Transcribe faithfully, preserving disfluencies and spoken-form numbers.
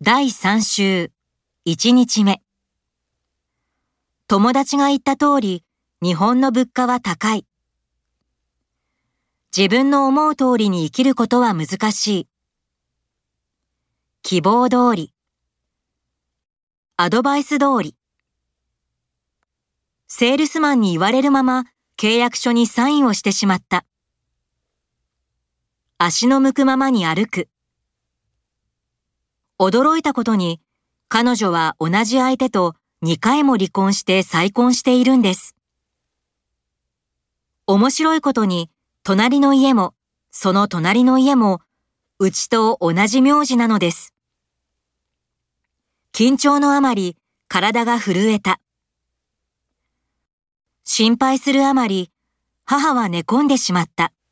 だいさん週いちにちめ。友達が言った通り、日本の物価は高い。自分の思う通りに生きることは難しい。希望通り。アドバイス通り。セールスマンに言われるまま契約書にサインをしてしまった。足の向くままに歩く。驚いたことに、彼女は同じ相手とにかいも離婚して再婚しているんです。面白いことに、隣の家も、その隣の家も、うちと同じ名字なのです。緊張のあまり、体が震えた。心配するあまり、母は寝込んでしまった。